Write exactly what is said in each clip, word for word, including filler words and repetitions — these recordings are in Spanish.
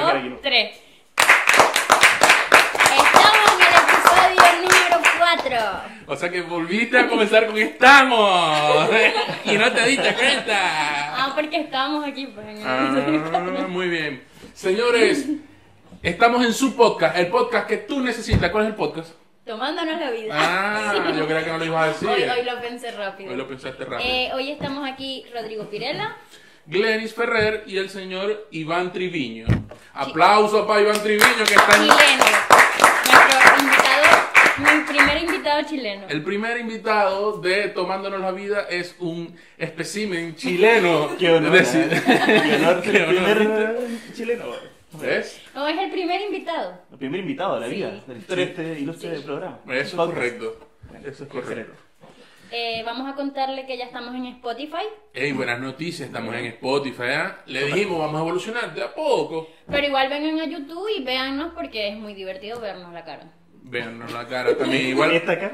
dos, tres. Estamos en el episodio número cuatro. O sea que volviste a comenzar con estamos y no te diste cuenta. Ah, porque estábamos aquí pues en el Ah, episodio cuatro. muy bien. Señores, estamos en su podcast, el podcast que tú necesitas. ¿Cuál es el podcast? Tomándonos la vida. Ah, yo creía que no lo ibas a decir. Hoy, hoy lo pensé rápido. Hoy lo pensaste rápido. Eh, hoy estamos aquí Rodrigo Pirela. Glenis Ferrer y el señor Iván Triviño. Aplauso para Iván Triviño que está en... Chileno. Nuestro invitado, mi primer invitado chileno. El primer invitado de Tomándonos la Vida es un espécimen chileno. Qué honor, Es decir, ¿eh? Qué honor ser Qué el honor. primer chileno. ¿Ves? No, es el primer invitado. El primer invitado de la Sí. vida, de la historia de este ilustre programa. Eso es Podcast. correcto. Eso es correcto. Eh, vamos a contarle que ya estamos en Spotify. Hey, buenas noticias, estamos en Spotify, ¿eh? Le dijimos, vamos a evolucionar de a poco. Pero igual vengan a YouTube y véannos porque es muy divertido vernos la cara. Véannos la cara también. Igual, ¿Esta acá?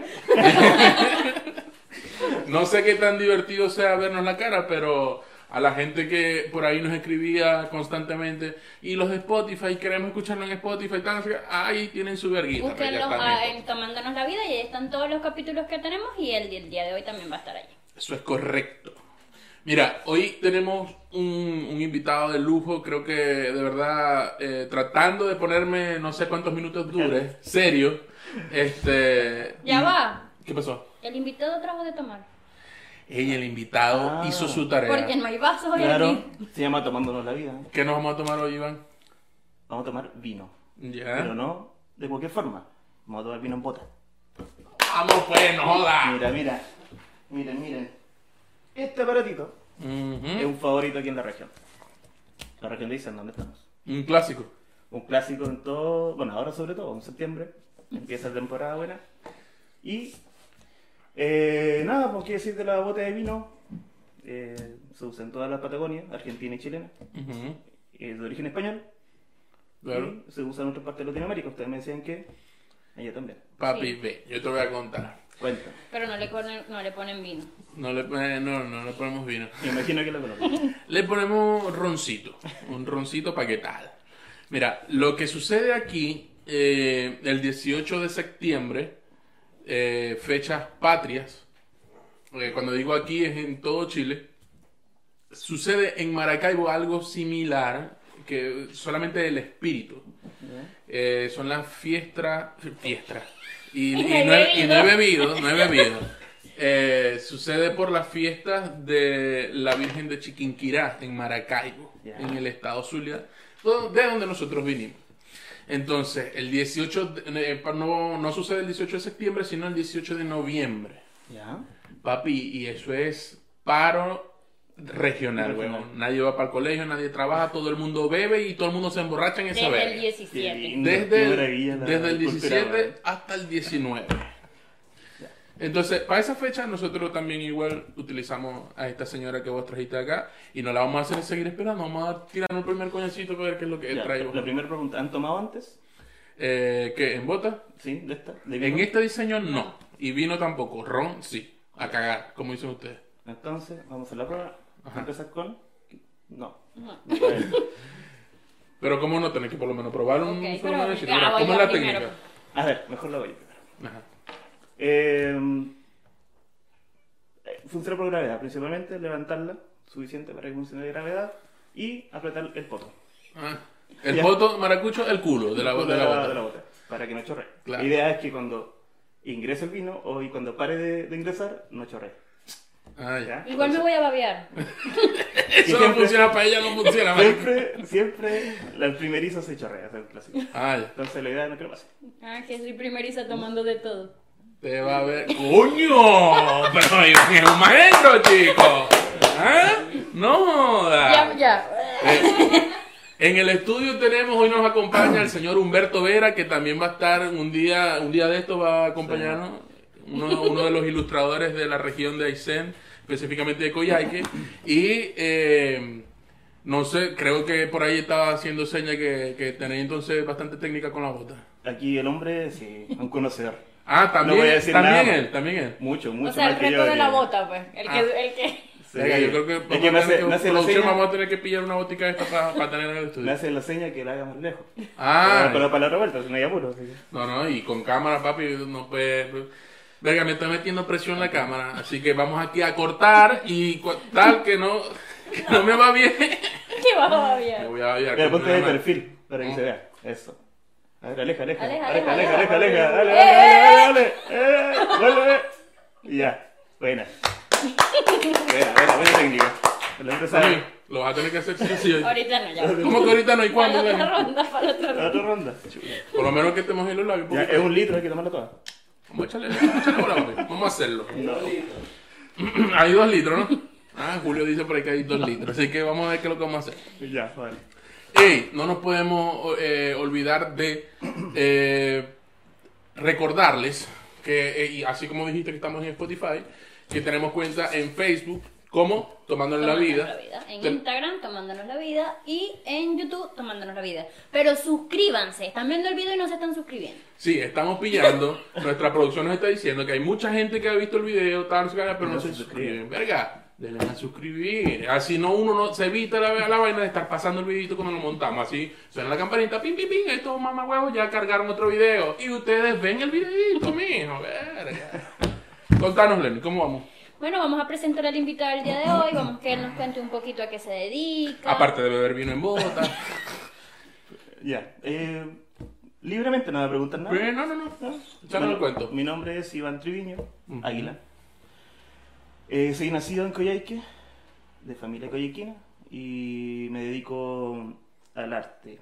no sé qué tan divertido sea vernos la cara, pero a la gente que por ahí nos escribía constantemente y los de Spotify, queremos escucharlo en Spotify, tan, ahí tienen su verguita. pero ya Búsquenlos están en a- Spotify. en Tomándonos la Vida y ahí están todos los capítulos que tenemos y el, el día de hoy también va a estar ahí. Eso es correcto. Mira, hoy tenemos un, un invitado de lujo, creo que de verdad, eh, tratando de ponerme no sé cuántos minutos dure, serio, este... Ya y- va. ¿Qué pasó? El invitado trajo de tomar. Ella, el invitado, Ah. hizo su tarea. Porque no hay vasos hoy Claro, aquí. se llama Tomándonos la Vida. ¿Qué nos vamos a tomar hoy, Iván? Vamos a tomar vino, Ya. pero no de cualquier forma. Vamos a tomar vino en bota. Vamos pues, no joda. Mira, mira, miren, miren. Este aparatito es Ujú. un favorito aquí en la región. La región de Aysén, ¿dónde estamos? Un clásico. Un clásico en todo, bueno, ahora sobre todo, en septiembre, empieza la temporada buena. Y eh, nada, pues qué decir de la bota de vino. Eh, se usa en todas las Patagonias, Argentina y chilena. Ujú. Es de origen español. Claro. Y se usa en otras partes de Latinoamérica. Ustedes me decían que allá también. Papi, Sí. ve, yo te voy a contar. Cuenta. Pero no le ponen, no le ponen vino. No le, eh, no, no le ponemos vino. Me imagino que lo conocen. Le ponemos roncito, un roncito pa' qué tal. Mira, lo que sucede aquí, eh, el dieciocho de septiembre, eh, fechas patrias, porque cuando digo aquí es en todo Chile, sucede en Maracaibo algo similar, que solamente el espíritu. Eh, son las fiestas, fiestas, y, y no he, y no he bebido, no he bebido. Eh, sucede por las fiestas de la Virgen de Chiquinquirá en Maracaibo, Ya. en el estado Zulia, do- de donde nosotros vinimos. Entonces, el dieciocho, de- eh, no, no sucede el dieciocho de septiembre, sino el dieciocho de noviembre. ¿Ya? Papi, y eso es paro regional, Regional. weón. Nadie va para el colegio, nadie trabaja, todo el mundo bebe y todo el mundo se emborracha en esa Desde verga. el diecisiete. Sí. Desde Qué el, maravilla la desde el cultura, diecisiete weón. hasta el diecinueve. Entonces, para esa fecha nosotros también igual utilizamos a esta señora que vos trajiste acá y no la vamos a hacer seguir esperando, vamos a tirar el primer coñacito para ver qué es lo que Ya, trae. la primera pregunta, ¿han tomado antes? Eh, ¿Qué? ¿En bota? Sí, de esta. De En vino? este diseño no. Y vino tampoco. Ron sí. A cagar, como dicen ustedes. Entonces, vamos a hacer la prueba. Vamos Ajá. a empezar con. No. No. No puede. Pero ¿cómo no tenés que por lo menos probar un Ok, solo pero- coñacito? ah, Mira, voy ¿cómo es yo la primero. técnica? A ver, mejor la voy yo primero. Ajá. Eh, funciona por gravedad, principalmente levantarla suficiente para que funcione de gravedad y apretar el poto. Ah, el Ya. poto maracucho, el culo de la, El poto de la bota. de la bota, para que no chorree. Claro. La idea es que cuando ingrese el vino o y cuando pare de, de ingresar, no chorree. Ah, ya. ¿Ya? Igual me voy a babear. Eso no siempre- funciona para ella, no funciona para Siempre, siempre el primerizo se chorrea, ese es el clásico. Ah, ya. Entonces la idea es no que lo pase. Ah, que soy primeriza tomando de todo. Te va a ver. ¡Coño! Pero Iván es un maestro, chico. ¿Ah? No joda. Ya, ya. Eh, en el estudio tenemos, hoy nos acompaña el señor Humberto Vera, que también va a estar un día, un día de esto va a acompañarnos, uno, uno de los ilustradores de la región de Aysén, específicamente de Coyhaique, y eh, no sé, creo que por ahí estaba haciendo señas que, que tenéis entonces bastante técnica con la bota. Aquí el hombre, sí, un conocedor. Ah, también, No voy a decir también nada. él, también él. Mucho, mucho O sea, el más que reto yo. de la que- bota, pues. El que, Ah. el que... Sí. Venga, yo creo que, Es vamos que me a tener hace, que- me hace la producción, seña, vamos a tener que pillar una botica de esta para, para tener en el me estudio. hace la seña que la haga más lejos. Ah, Pero para la otra vuelta, si no hay apuro. Así que... no, no, y con cámara, papi, no puede... Venga, me está metiendo presión la cámara, así que vamos aquí a cortar y cu- tal que no, que no me va bien. ¿Qué va Me bien? voy a ver. Mira, ponte de perfil para que Mm. se vea. Eso. A ver, aleja, aleja. Aleja, Aleja, aleja, aleja, aleja, aleja. aleja. Dale, ¡Eh, dale, dale, dale. Eh, vuelve. Y ya. Buena. Buena, buena, buena técnica. La otra Sammy, sabe. lo vas a tener que hacer sí o sí. Ahorita no, ya. ¿Cómo que ahorita no hay Para cuándo? la otra Ven? ronda, para la otra La ronda. otra ronda. Por lo menos que te mojes los labios. un Ya, poquito. es un litro, hay que tomarla toda. Vamos a echarle, vamos a echarle bola, papi. Vamos a hacerlo. No. Hay dos litros, ¿no? Ah, Julio dice por ahí que hay dos litros. Así que vamos a ver qué es lo que vamos a hacer. Ya, vale. Ey, no nos podemos eh, olvidar de eh, recordarles que, eh, y así como dijiste que estamos en Spotify, que tenemos cuenta en Facebook como Tomándonos la Tomándonos Vida. la vida. En Ten- Instagram, Tomándonos la Vida. Y en YouTube, Tomándonos la Vida. Pero suscríbanse. Están viendo el video y no se están suscribiendo. Sí, estamos pillando. Nuestra producción nos está diciendo que hay mucha gente que ha visto el video, tal, no sé qué, pero no, No se se suscriben. Verga, denle a suscribir. Así no uno no se evita la, la vaina de estar pasando el videito cuando lo montamos. Así suena la campanita, pim, pim, pim, estos mamá huevos ya cargaron otro video. Y ustedes ven el videito, mijo, verga. Contanos, Lenny, ¿cómo vamos? Bueno, vamos a presentar al invitado del día de hoy. Vamos a que él nos cuente un poquito a qué se dedica. Aparte de beber vino en bota. Ya. Eh, libremente no me preguntan nada. Pero no, no, no. ¿No? Échanos el cuento. Mi nombre es Iván Triviño, Ujú. Águila. Eh, soy nacido en Coyhaique, de familia coyhaiquina, y me dedico al arte.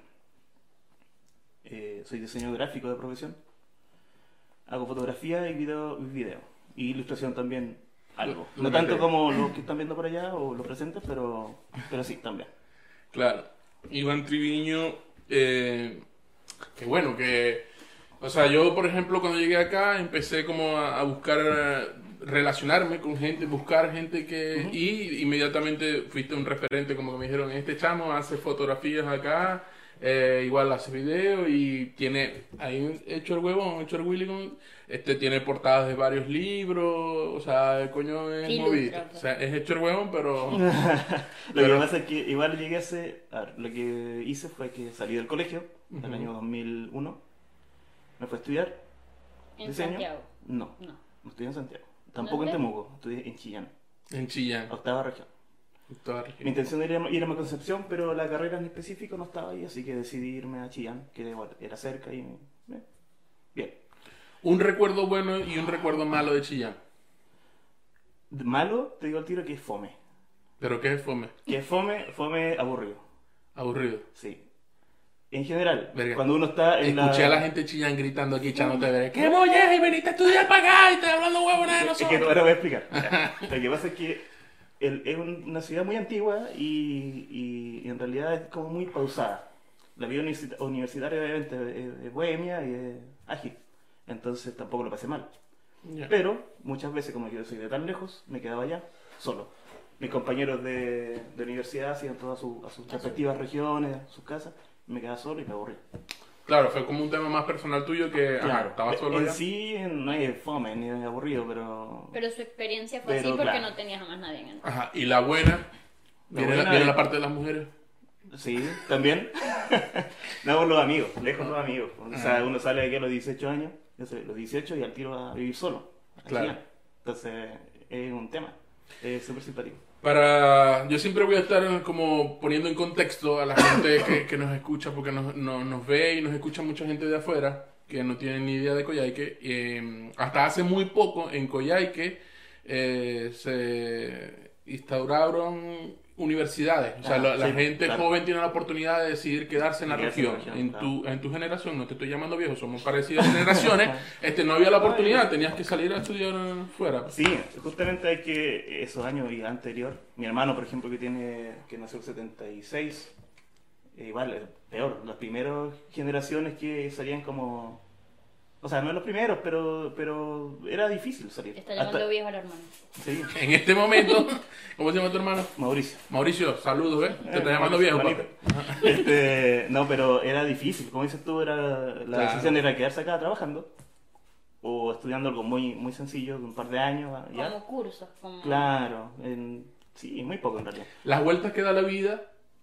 Eh, soy diseñador gráfico de profesión. Hago fotografía y video, y video. Y ilustración también, algo. Lo- No lo tanto que- como los que están viendo por allá o los presentes, pero, pero sí, también. Claro. Iván Triviño, eh, que bueno, que... O sea, yo, por ejemplo, cuando llegué acá, empecé como a, a buscar, eh, relacionarme con gente, buscar gente que... Ujú. Y inmediatamente fuiste un referente, como que me dijeron, este chamo hace fotografías acá, eh, igual hace video y tiene ahí hecho el huevón, hecho el Willy, con- este tiene portadas de varios libros, o sea, el coño es Ilustra, movido. pues. O sea, es hecho el huevón, pero... Lo Pero- que pasa es que igual llegué a hacer, a ver, lo que hice fue que salí del colegio en el Ujú. año dos mil uno, me fui a estudiar En diseño. Santiago. No, No. no estudié en Santiago, tampoco en ¿Dónde? Temuco, estudié en Chillán, En Chillán. octava región. Toda Mi región. intención era irme- irme a Concepción, pero la carrera en específico no estaba ahí, así que decidí irme a Chillán, que igual era cerca y eh, bien. Un recuerdo bueno y un recuerdo malo de Chillán. Malo, te digo al tiro que es fome. ¿Pero qué es fome? Que es fome, fome aburrido, Aburrido. sí. En general, Verga. cuando uno está en Escuché la... a la gente de Chillán gritando aquí, echándote ver. ¡Qué mollez! Y veniste a estudiar para acá y te hablando huevo nada de Es que nosotros. ahora voy a explicar. Ya. Lo que pasa es que el- es una ciudad muy antigua y, y- y en realidad es como muy pausada. La vida universita- universitaria obviamente es, es bohemia y es ágil, entonces tampoco lo pasé mal. Ya. Pero muchas veces, como yo soy de tan lejos, me quedaba allá solo. Mis compañeros de, de universidad hacían todas su- a sus respectivas regiones, sus casas, me quedaba solo y me aburrí. Claro, fue como un tema más personal tuyo que ajá, estabas solo en allá. sí no es fome ni es aburrido, pero... Pero su experiencia fue Pero así porque claro. no tenía jamás nadie en el... Ajá, y la buena. La Viene, la, buena viene es- la parte de las mujeres. Sí, también. No, por los amigos, lejos los amigos. O sea, Ah. uno sale de aquí a los dieciocho años, yo sé, los dieciocho y al tiro a vivir solo. a Claro. Chillán. Entonces, es un tema. Es súper simpático. Para, yo siempre voy a estar como poniendo en contexto a la gente que, que nos escucha, porque nos, nos, nos ve y nos escucha mucha gente de afuera que no tienen ni idea de Coyhaique. Eh, hasta hace muy poco en Coyhaique eh, se instauraron universidades. O sea, Ah, la, la sí, gente claro. joven tiene la oportunidad de decidir quedarse en la Quedarse en la región. región, En claro. tu, en tu generación, no te estoy llamando viejo, somos parecidas generaciones, este, no había la oportunidad, tenías que salir a estudiar fuera. Sí, justamente hay que, esos años y anterior, mi hermano, por ejemplo, que tiene que nació en el setenta y seis, eh, igual, es peor, las primeras generaciones que salían como... O sea, no los primeros, pero, pero era difícil salir. Está llamando Hasta- viejo al hermano. Sí, En este momento, ¿cómo se llama tu hermano? Mauricio. Mauricio, saludos, ¿eh? Te Eh, está llamando viejo, Juanito. papi. Este, no, pero era difícil. Como dices tú, era, la Claro. decisión era quedarse acá trabajando o estudiando algo muy, muy sencillo, de un par de años. ¿ya? Como cursos, como... Claro, en Sí, muy poco en realidad. Las vueltas que da la vida,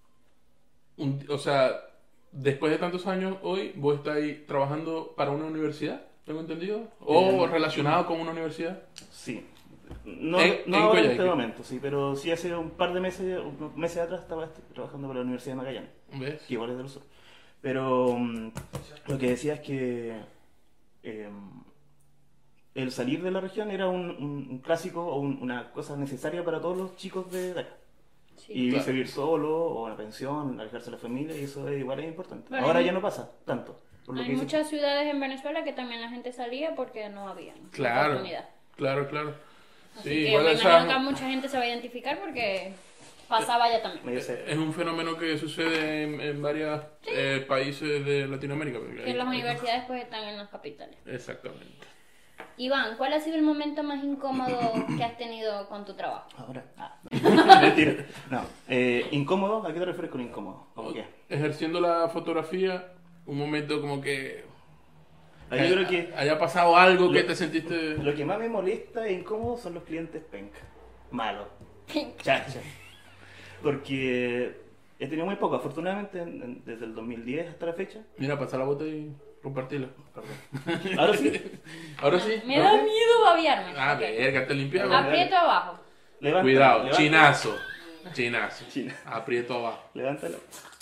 un- o sea, después de tantos años, hoy vos estáis trabajando para una universidad, ¿tengo entendido? O Eh, relacionado con una universidad. Sí. No, En- no en ahora en Coyhaique. este momento, sí, pero sí hace un par de meses, unos meses atrás estaba est- trabajando para la Universidad de Magallanes, ¿Ves? que igual es del sur. Pero mm, lo que decía es que eh, el salir de la región era un, un- un clásico o un- una cosa necesaria para todos los chicos de, de acá. Sí. Y Claro. vivir solo o una pensión, alejarse de la familia, y eso es, igual es importante. Bueno, Ahora hay- ya no pasa tanto. Por lo Hay que dices. muchas ciudades en Venezuela que también la gente salía porque no había Claro, oportunidad. claro, claro. Así Sí, que igual me esa- imagino que mucha gente se va a identificar porque pasaba ya también. Medio se- es un fenómeno que sucede en, en varios eh, países de Latinoamérica. porque Que hay- las hay- universidades pues están en las capitales. Exactamente. Iván, ¿cuál ha sido el momento más incómodo que has tenido con tu trabajo? Ahora. Ah, no. Mentira. No. Eh, ¿Incómodo? ¿A qué te refieres con incómodo? ¿Cómo qué? Ejerciendo la fotografía, un momento como que Ah, yo creo que haya pasado algo que lo- te sentiste... lo que más me molesta e incómodo son los clientes penca. Malos. Chacha. Porque he tenido muy poco. Afortunadamente, en- en- desde el dos mil diez hasta la fecha. Mira, pasar la bota y compartirla. Perdón. Ahora sí. Ahora sí. Me da miedo babiarme. Ah, Ok. verga, te limpiamos. Ah, Aprieto abajo. Levántalo, Cuidado, levántalo. chinazo. Chinazo. China. Aprieto abajo. Levántalo.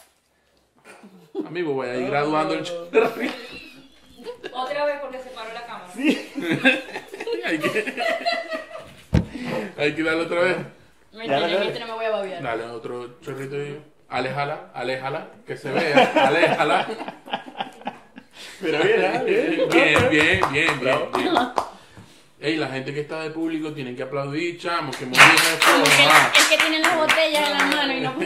Amigo, voy a ir graduando el ch- Otra vez porque se paró la cámara. hay que... hay que darle otra vez. Me Ya, dale, entienden, dale. no me voy a babiar. Dale otro chorrito y... Aléjala, aléjala, que se vea, aléjala. Pero bien, ¿eh? Bien, Bien. bien, bien, bien, Bravo. bien. Ey, la gente que está de público tienen que aplaudir, chamo, que movieron el Como fuego, que ah. el que tiene las botellas en las manos y no...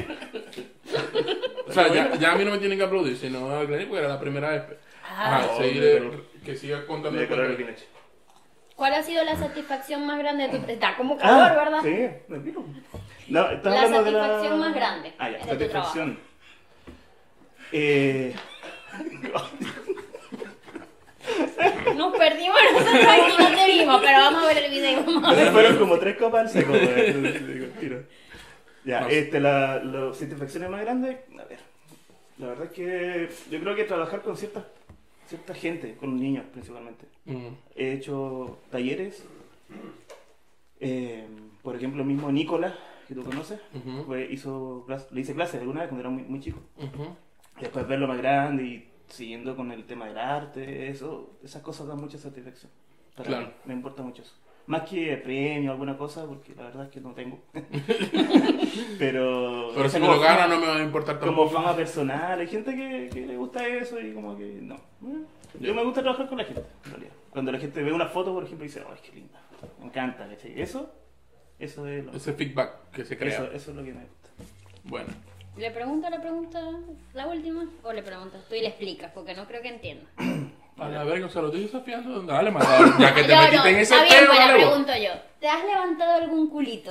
O sea, ya, ya a mí no me tienen que aplaudir, sino a Glenny porque era la primera vez. Ah. Ajá, no, seguir, pero- que siga contando Me el color el cuento. Pinocho. ¿Cuál ha sido la satisfacción más grande de tu... Está como calor, ¿verdad? Ah, Sí, me pico. No, estás La hablando de la... satisfacción más grande Ah, ya, de tu satisfacción. Eh... Nos perdimos nosotros aquí, no te vimos, pero vamos a ver el video. Vamos a ver. Fueron como tres copas al seco, güey. Ya, No sé. este, la, la satisfacción más grande, a ver, la verdad es que yo creo que trabajar con cierta, cierta gente, con niños principalmente. Mm, He hecho talleres, eh, por ejemplo, el mismo Nicolás, que tú conoces, ujú, fue- hizo, clase- le hice clases alguna vez cuando era muy, muy chico. ujú. Y después verlo más grande y siguiendo con el tema del arte, eso, esas cosas dan mucha satisfacción. Para Claro. mí, me importa mucho eso. Más que premio o alguna cosa, porque la verdad es que no tengo. Pero. Pero si me como lo gana fama- no me va a importar Como tampoco. fama personal, hay gente que, que le gusta eso y como que no. Yo me gusta trabajar con la gente, en realidad. Cuando la gente ve una foto, por ejemplo, y dice, ¡ay, qué linda! Me encanta, ¿cachai? Eso, eso es lo, Ese feedback que se crea. eso, eso es lo que me gusta. Bueno. ¿Le pregunto la pregunta, la última? ¿O le preguntas tú y le explicas? Porque no creo que entienda. A la verga, o sea, lo estoy desafiando. Dale, matador. Ya que te Yo metiste no, en ese está bien, tema, pues le dale vos. pregunto yo. ¿Te has levantado algún culito?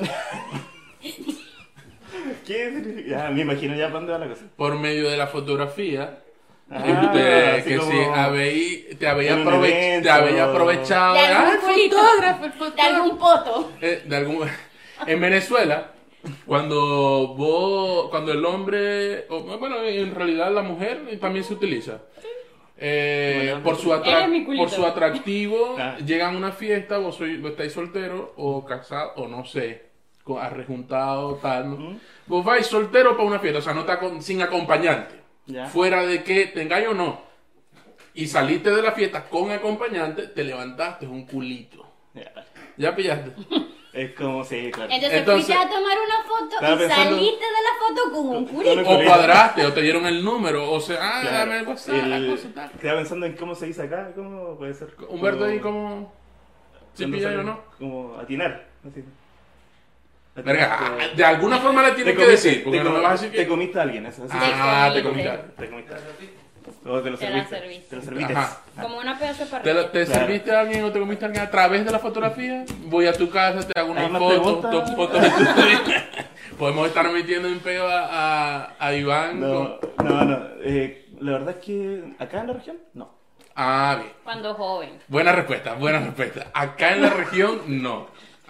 ¿Qué significa? Ya, me imagino ya para dónde va la cosa. Por medio de la fotografía. Ah, este, así que como si habéis, te habéis en un aprove- evento. te habéis aprovechado ¿De de, algún ah, el culito? fotógrafo, el ¿De fotógrafo. algún poto? Eh, de algún en Venezuela cuando vos cuando el hombre o, bueno en realidad la mujer también se utiliza eh, Bueno, por su atra- Eres mi culito. por su atractivo Ah. llegan a una fiesta vos sois vos estáis soltero o casado o no sé con- arrejuntado tal ¿no? Ujú. Vos vais soltero para una fiesta o sea no está con- sin acompañante Ya. fuera de que tengáis o no y saliste de la fiesta con acompañante te levantaste un culito Ya, vale. ya pillaste. Es como, sí, claro. Entonces, Entonces- fuiste a tomar una foto Estaba y pensando- saliste de la foto con un Con- culito. con O cuadraste, o te dieron el número, o sea, ah, Claro. dame el WhatsApp, la El- cosa tal. Estaba pensando en cómo se dice acá, cómo puede ser. Humberto ahí como... ¿Sí cuando pilla sale- o no? Como atinar. Así. Verga, Atinar, ah, de alguna forma le tienes te que comiste- decir, porque te no me com- vas a decir Te que... comiste a alguien, eso. así. Ah, te Te comiste. comiste. Te comiste a alguien. O te lo Te la serviste. serviste. Te lo serviste. Ajá. Como una pedazo de ¿Te, parrilla. lo- te Claro. serviste a alguien o te comiste a alguien a través de la fotografía? Voy a tu casa, te hago una ¿Hay más foto, preguntas? dos fotos de tu vida. Podemos estar metiendo en peo a, a, a Iván. No, con- no, no. Eh, la verdad es que acá en la región, no. Ah, bien. Cuando joven. Buena respuesta, buena respuesta. Acá en la región, no.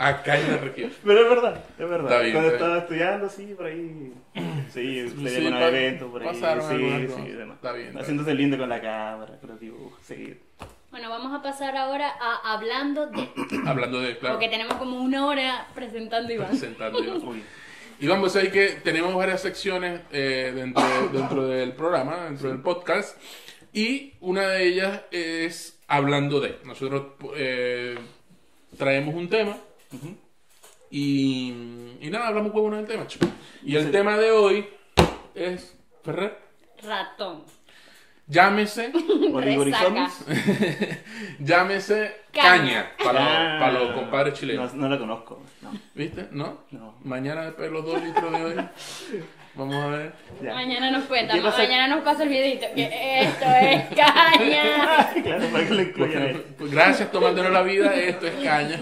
A caña región. Pero es verdad, es verdad. Está bien, Cuando está estaba estudiando, sí, por ahí. Sí, Sí, se con pa- eventos, por ahí. pasaron Sí, algunas sí, cosas. demás. Está bien, está Haciéndose lindo con la cámara, con los dibujos, sí. Bueno, vamos a pasar ahora a hablando de... Hablando de, claro, Porque tenemos como una hora presentando a Iván. presentando yo. Uy. Y vamos a ver que tenemos varias secciones eh, dentro, dentro del programa, dentro del podcast. Y una de ellas es hablando de. Nosotros eh, traemos un tema Ujú. y, y nada, hablamos huevo del tema, chico. Y el Sí. tema de hoy es, Ferrer, Ratón. llámese, Origori Resaca. Zombies. llámese Caña. caña, para, los, Ah, para los compadres chilenos. No, no la conozco, no. ¿Viste? ¿No? No. Mañana después de los dos litros de hoy. Vamos a ver. Ya. Mañana nos cuenta, ¿Qué pasa? mañana nos pasa el videito. Que esto es caña. Claro, para que lo incluyan ahí. Pues gracias, tomándonos la vida, esto es caña.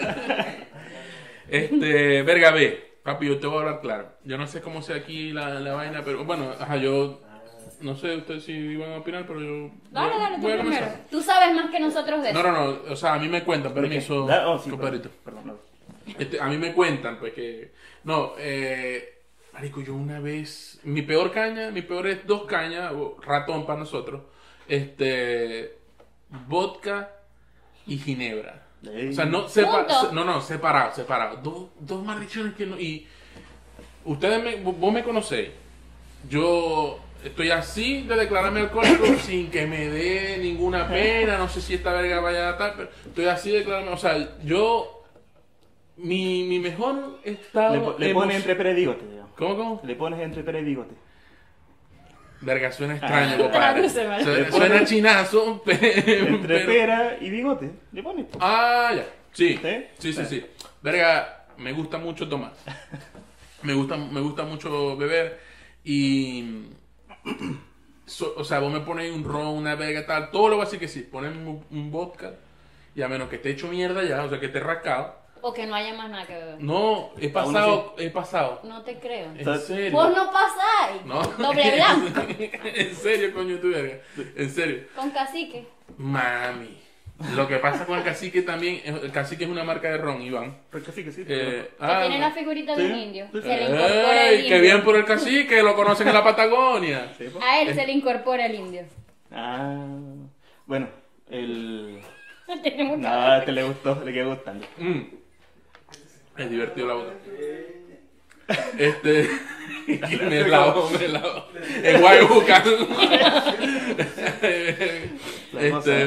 Este, verga, ve, papi, yo te voy a hablar claro. Yo no sé cómo sea aquí la, la vaina, pero bueno, ajá, yo no sé ustedes si iban a opinar, pero yo. Dale, voy- dale, tú voy a primero. comenzar. Tú sabes más que nosotros de No, eso. no, no, o sea, a mí me cuentan, permiso, Da- oh, sí, compadrito. Perdón, perdón, Este, a mí me cuentan, pues que. No, eh. Marico, yo una vez. Mi peor caña, mi peor es dos cañas, o ratón para nosotros. Este. Vodka y ginebra. no. O sea, no, sepa, Juntos. se- no, no, separado, separado. Dos, dos maldiciones que no. Y. Ustedes, me, vos me conocéis. Yo estoy así de declararme alcohólico sin que me dé ninguna pena. No sé si esta verga vaya a estar, pero estoy así de declararme. O sea, yo. Mi, mi mejor estado. Le, po- le emo- pones entre pere y bigote, digamos. ¿Cómo, cómo? Le pones entre pere y bigote. Verga, suena extraño, Ah. compadre. Traduce, ¿vale? Suena, Le suena pones- chinazo, pe- Entre pero. pera y bigote. Le pones. po. Ah, ya. Sí. ¿Sí? Sí, sí, Sí. sí. Verga, me gusta mucho tomar. Me gusta, me gusta mucho beber. Y. so- o sea, vos me pones un ron, una verga, tal. Todo lo voy a decir que sí. Ponen un, un vodka. Y a menos que esté hecho mierda ya, o sea, que esté rascado. O que no haya más nada que beber. No, he Aún pasado, he pasado. No te creo. En serio. Vos no pasáis. No. Doble blanco. En serio, coño, tu verga. En serio. Con cacique. Mami. Lo que pasa con el cacique también, el cacique es una marca de ron, Iván. Porque sí que sí. Eh, Que ah, tiene la figurita de Sí. un indio. Sí. Se le incorpora el ¡Ey! indio. ¡Qué bien por el cacique! Lo conocen en la Patagonia. Sí, po. A él se le incorpora el indio. Ah. Bueno, el. Tiene mucha No, a este le gustó, le quedó gustando. Mm. Es divertido la boca. Este. me lavo, me lavo. En Guayuca. este.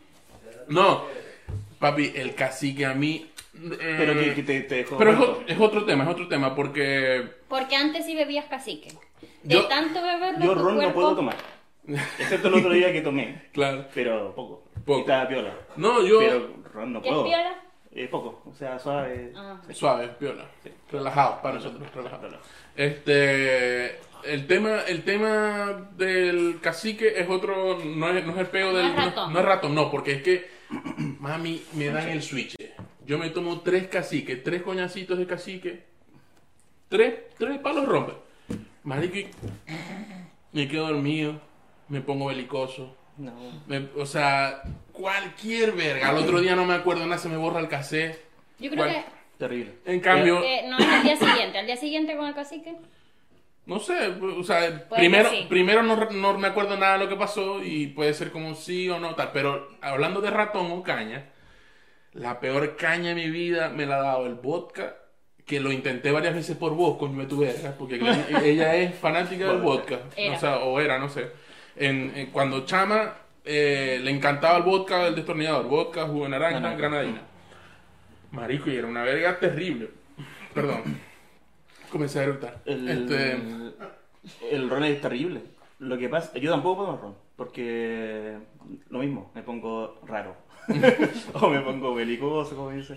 No, papi, el cacique a mí. eh, Pero que, que te, te dejó. pero es, muerto. o- es otro tema, es otro tema, porque. Porque antes sí bebías cacique. De Yo- tanto beberlo Yo tu ron cuerpo... no puedo tomar. Excepto el otro día que tomé. Claro. Pero poco. Poco. Y estaba piola. No, yo. Pero ron no ¿Qué es puedo. piola? Eh, poco. O sea, suave. Ah. Suave, piola. Relajado, para nosotros, relajado. Este, el tema, el tema del cacique es otro, no es, no es el peo No del, es ratón. no es ratón, no, porque es que, mami, me dan el switch. Yo me tomo tres caciques, tres coñacitos de cacique, tres, tres palos rompe. Marico, y me quedo dormido, me pongo belicoso. No. me- o sea, cualquier verga. Al otro día no me acuerdo nada, se me borra el cassette. Yo creo Cual- Terrible. En cambio, que no es al día siguiente. Al día siguiente con el cacique. no sé, o sea, Puede primero, que sí. primero no, re- no me acuerdo nada de lo que pasó y puede ser como sí o no, tal. Pero hablando de ratón o caña, la peor caña de mi vida me la ha dado el vodka, que lo intenté varias veces por vos, coño de tu verga, porque ella es fanática del vodka, Era. o sea, o era, no sé. En, en- cuando chama, eh, le encantaba el vodka del destornillador, vodka, jugo de naranja, Naranja. granadina. Marico, y era una verga terrible. Perdón. Comencé a eructar. El, Este, el ron es terrible. Lo que pasa, yo tampoco puedo ron, porque lo mismo, me pongo raro. O me pongo belicoso, como dice.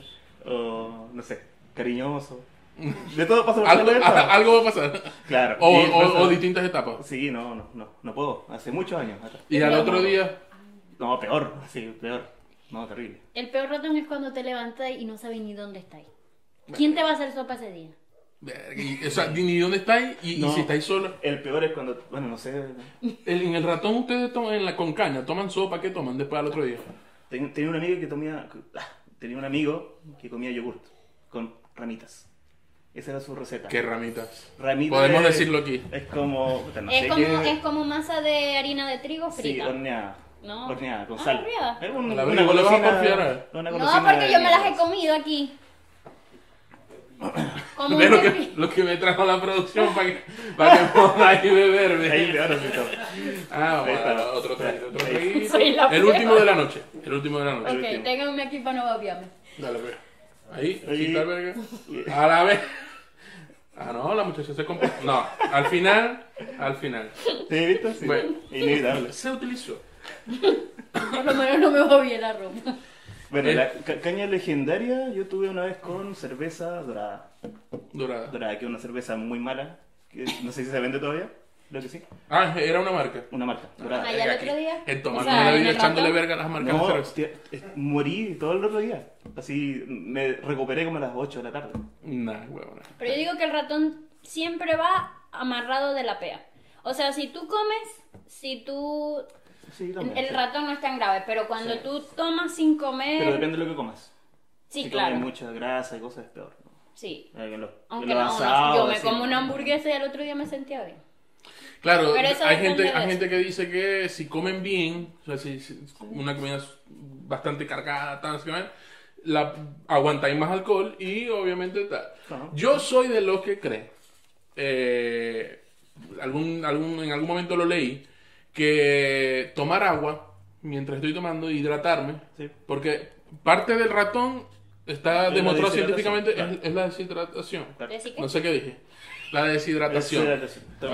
O no sé, cariñoso. De todo pasa por algo, la cabeza. a- algo va a pasar. Claro. O, y o- pasa- o distintas etapas. Sí, no, no, no, no puedo. Hace muchos años atrás. Y al otro día, No, peor, sí, peor. No, terrible. El peor ratón es cuando te levantas y no sabes ni dónde estáis. ¿Quién te va a hacer sopa ese día? verga, y- o sea, ni ni dónde estáis y, y No. si estáis solos. El peor es cuando, bueno, no sé, El- en el ratón ustedes toman en la, con caña, toman sopa, ¿qué toman después al otro día? ten- tenía un amigo que comía, ah, tenía un amigo que comía yogurt. con ramitas. Esa era su receta. ¿Qué ramitas? Ramitas Podemos es- decirlo aquí. Es como... puta, no es, sé como, qué- es como masa de harina de trigo Sí, frita. horneada. No. Horneada, con Ah, sal. horneada. Es un- La una verdad, ¿le vas a golosina- confiar? una No, golosina porque de yo me las he mierda. comido aquí. Como Ve un lo que, refi- lo que me trajo la producción para que, para que podáis beberme. Ahí le ahora sí todo. Ah, Ahí bueno, está. otro traguito, otro Ahí. traguito. Soy la El peor. último de la noche. El último de la noche. El Ok, último. ténganme aquí para no babiarme. Dale, pues. Ahí, Ahí. quita el verga. A la vez. Ah, no, la muchacha se compró. No, al final, al final. ¿Te viste? Sí. Bueno. Inevitable. Se utilizó. Por lo menos no me babié la ropa. Bueno, Eh. la ca- caña legendaria yo tuve una vez con cerveza dorada. Dorada. Dorada, que es una cerveza muy mala. Que no sé si se vende todavía. Creo que sí. Ah, era una marca. Una marca, dorada. Ah, ya el otro día. En tomando O sea, la en vida el echándole ratón. verga a las marcas de No, cerveza. tía, eh, morí todo el otro día. Así me recuperé como a las ocho de la tarde. Nah, huevona. Pero yo digo que el ratón siempre va amarrado de la pea. O sea, si tú comes, si tú... Sí, también. El sí. ratón no es tan grave, pero cuando Sí. tú tomas sin comer... Pero depende de lo que comas. Sí, si claro. comes mucha grasa y cosas es peor. ¿no? Sí. Eh, en los- Aunque en los no, no, asados, yo me así, como ¿no? una hamburguesa y al otro día me sentía bien. Claro, Pero eso hay depende gente, de hay eso. gente que dice que si comen bien, o sea, si, si una comida bastante cargada, tal, así, la aguantáis más alcohol y obviamente tal. Ajá. Yo soy de los que cree, eh, algún, algún, en algún momento lo leí, que tomar agua mientras estoy tomando, hidratarme, Sí. porque parte del ratón está Es la demostrado deshidratación, científicamente claro. es, es la deshidratación. Claro. ¿Decir qué? No sé qué dije. La deshidratación. Deshidratación. Toma.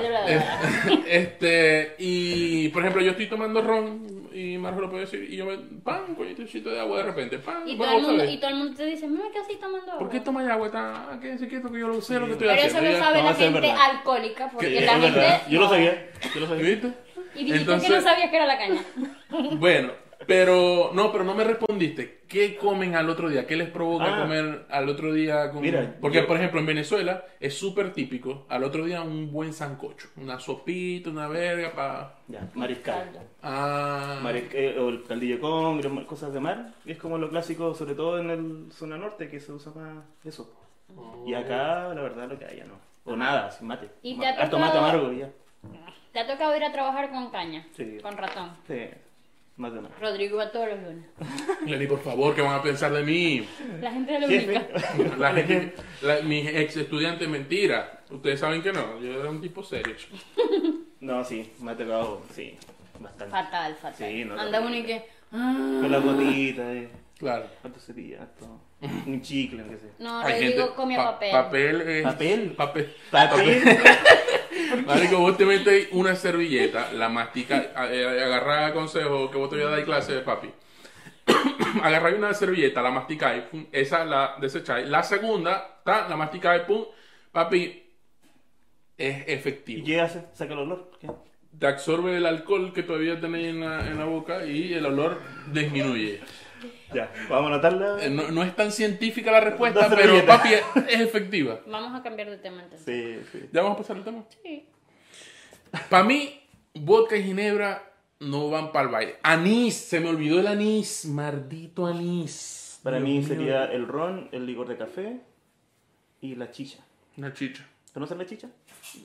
Este, y por ejemplo, yo estoy tomando ron y Marjo lo puede decir, y yo me, pan, coñito de agua de repente, pan, Y bueno, todo, el mundo, ¿sabes? y todo el mundo te dice, mira, ¿qué así tomando agua? ¿Por qué tomas agua? Está, quédense quieto que yo lo sé lo que estoy Pero eso haciendo. lo ya. sabe no, la eso es gente verdad. alcohólica, porque Que- la Es gente... verdad. Yo lo no. sabía. Yo lo sabía. ¿Viste? Y dijiste Entonces- que no sabías que era la caña. Bueno, pero no, pero no me respondiste. ¿Qué comen al otro día? ¿Qué les provoca Ah. comer al otro día? Con... Mira, Porque, yo- por ejemplo, en Venezuela es súper típico al otro día un buen sancocho, una sopita, una verga para... Ya, mariscal. Ah, Maris- eh, o el caldillo con gr- cosas de mar. Es como lo clásico, sobre todo en el zona norte, que se usa más eso. Y acá, la verdad, lo que haya, ¿no? O nada, sin mate. ¿Y te Ma- ha ah, tomate tocado- amargo y ya. Te ha tocado ir a trabajar con caña, Sí. con ratón. Sí, más de una. Rodrigo va todos los lunes. Lenny, por favor, ¿qué van a pensar de mí? La gente de la Jefe. ubica. La gente, la- mis ex estudiantes, mentira. Ustedes saben que no, yo era un tipo serio. No, sí, me ha tocado, sí, bastante. Fatal, fatal. Sí, no, Anda no. uno y que... ah. Con las gotitas, eh. Claro. ¿Cuánto sería esto? Un chicle, aunque sea. No, Hay Rodrigo gente- comía pa- papel. Papel. es- ¿Papel? Papel. Papel. Marico, vos te metes una servilleta, la mastica, agarra consejo que vos te voy a dar clase de papi. Agarráis una servilleta, la masticáis, pum, esa la desecháis. La segunda, ta, la masticáis, pum, papi, es ¿Y efectivo. qué hace? ¿Saca el olor? ¿Qué? Te absorbe el alcohol que todavía tenéis en la, en la boca y el olor disminuye. Ya, vamos a anotarla. Eh, No, no es tan científica la respuesta, Dos pero servilletas. papi, es, es efectiva. Vamos a cambiar de tema entonces. Sí, sí. ¿Ya vamos a pasar el tema? Sí. Para mí, vodka y ginebra no van para el baile. Anís, se me olvidó el anís, maldito anís. Para Dios mí mío. sería el ron, el licor de café y la chicha. Una chicha. ¿Conoces la chicha?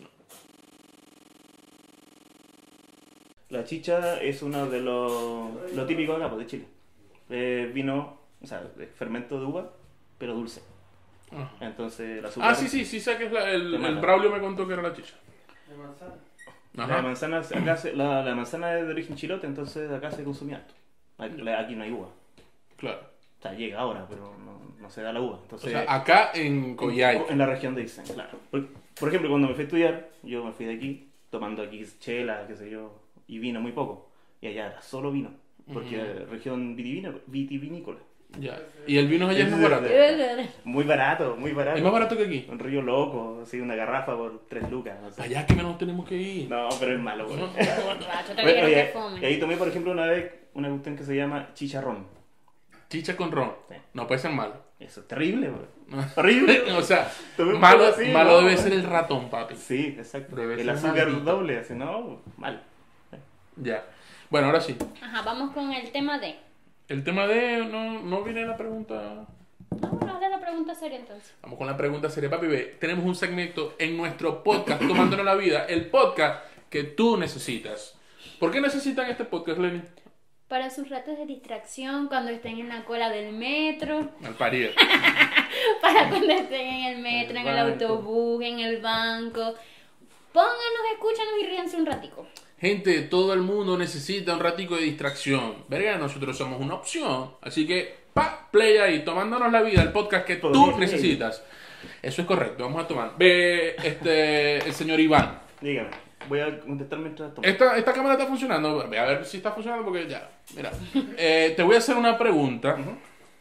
La chicha es uno de los lo típico acá, pues, de Chile. Eh, vino, o sea, de fermento de uva, pero dulce. Ah. Entonces, la azúcar. Ah, sí, sí, sí, sé que es la- el, Te mata. el Braulio me contó que era la chicha. La Ajá. manzana, acá se- la, la manzana es de origen chilote, entonces acá se consume harto. Aquí, aquí no hay uva. Claro. O sea, llega ahora, pero no, no se da la uva. O Entonces, sea, acá en Coyhai. En la región de Isen, claro. Por, por ejemplo, cuando me fui a estudiar, yo me fui de aquí, tomando aquí chela, qué sé yo, y vino muy poco. Y allá era solo vino, porque era región vitivino- vitivinícola. Ya. Y el vino allá es más barato. Muy barato, muy barato. Es más barato que aquí. Un río loco, así, una garrafa por tres lucas. No, sé. Allá que menos tenemos que ir. No, pero es malo, güey. Borracho, te Oye, dijeron oye, que fome. y ahí tomé, por ejemplo, una vez una cuestión que se llama chicharrón. Chicha con ron. Sí. No puede ser malo. Eso es terrible, güey. Horrible. O sea, Tomé un malo, poco así, malo ¿no? debe ser el ratón, papi. Sí, exacto. Debe El ser azúcar maldito. doble, así, no, mal. Ya. Bueno, ahora sí. Ajá, vamos con el tema de... El tema de... No, no viene la pregunta... No, no, Vamos a la pregunta seria entonces. Vamos con la pregunta seria, papi. Ve, tenemos un segmento en nuestro podcast, Tomándonos la Vida, el podcast que tú necesitas. ¿Por qué necesitan este podcast, Lenny? Para sus ratos de distracción, cuando estén en la cola del metro, Al parir. para cuando estén en el metro, En en el el banco. autobús, en el banco. Pónganos, escúchanos y ríanse un ratico. Gente, todo el mundo necesita un ratico de distracción. Verga, nosotros somos una opción. Así que, pa, play ahí, Tomándonos la Vida, el podcast que tú Play. necesitas. Eso es correcto, vamos a tomar. Ve, este, el señor Iván. Dígame, voy a contestar mientras tomo. Esta, esta cámara está funcionando. Ve a ver si está funcionando porque ya. Mira, eh, te voy a hacer una pregunta. Ujú.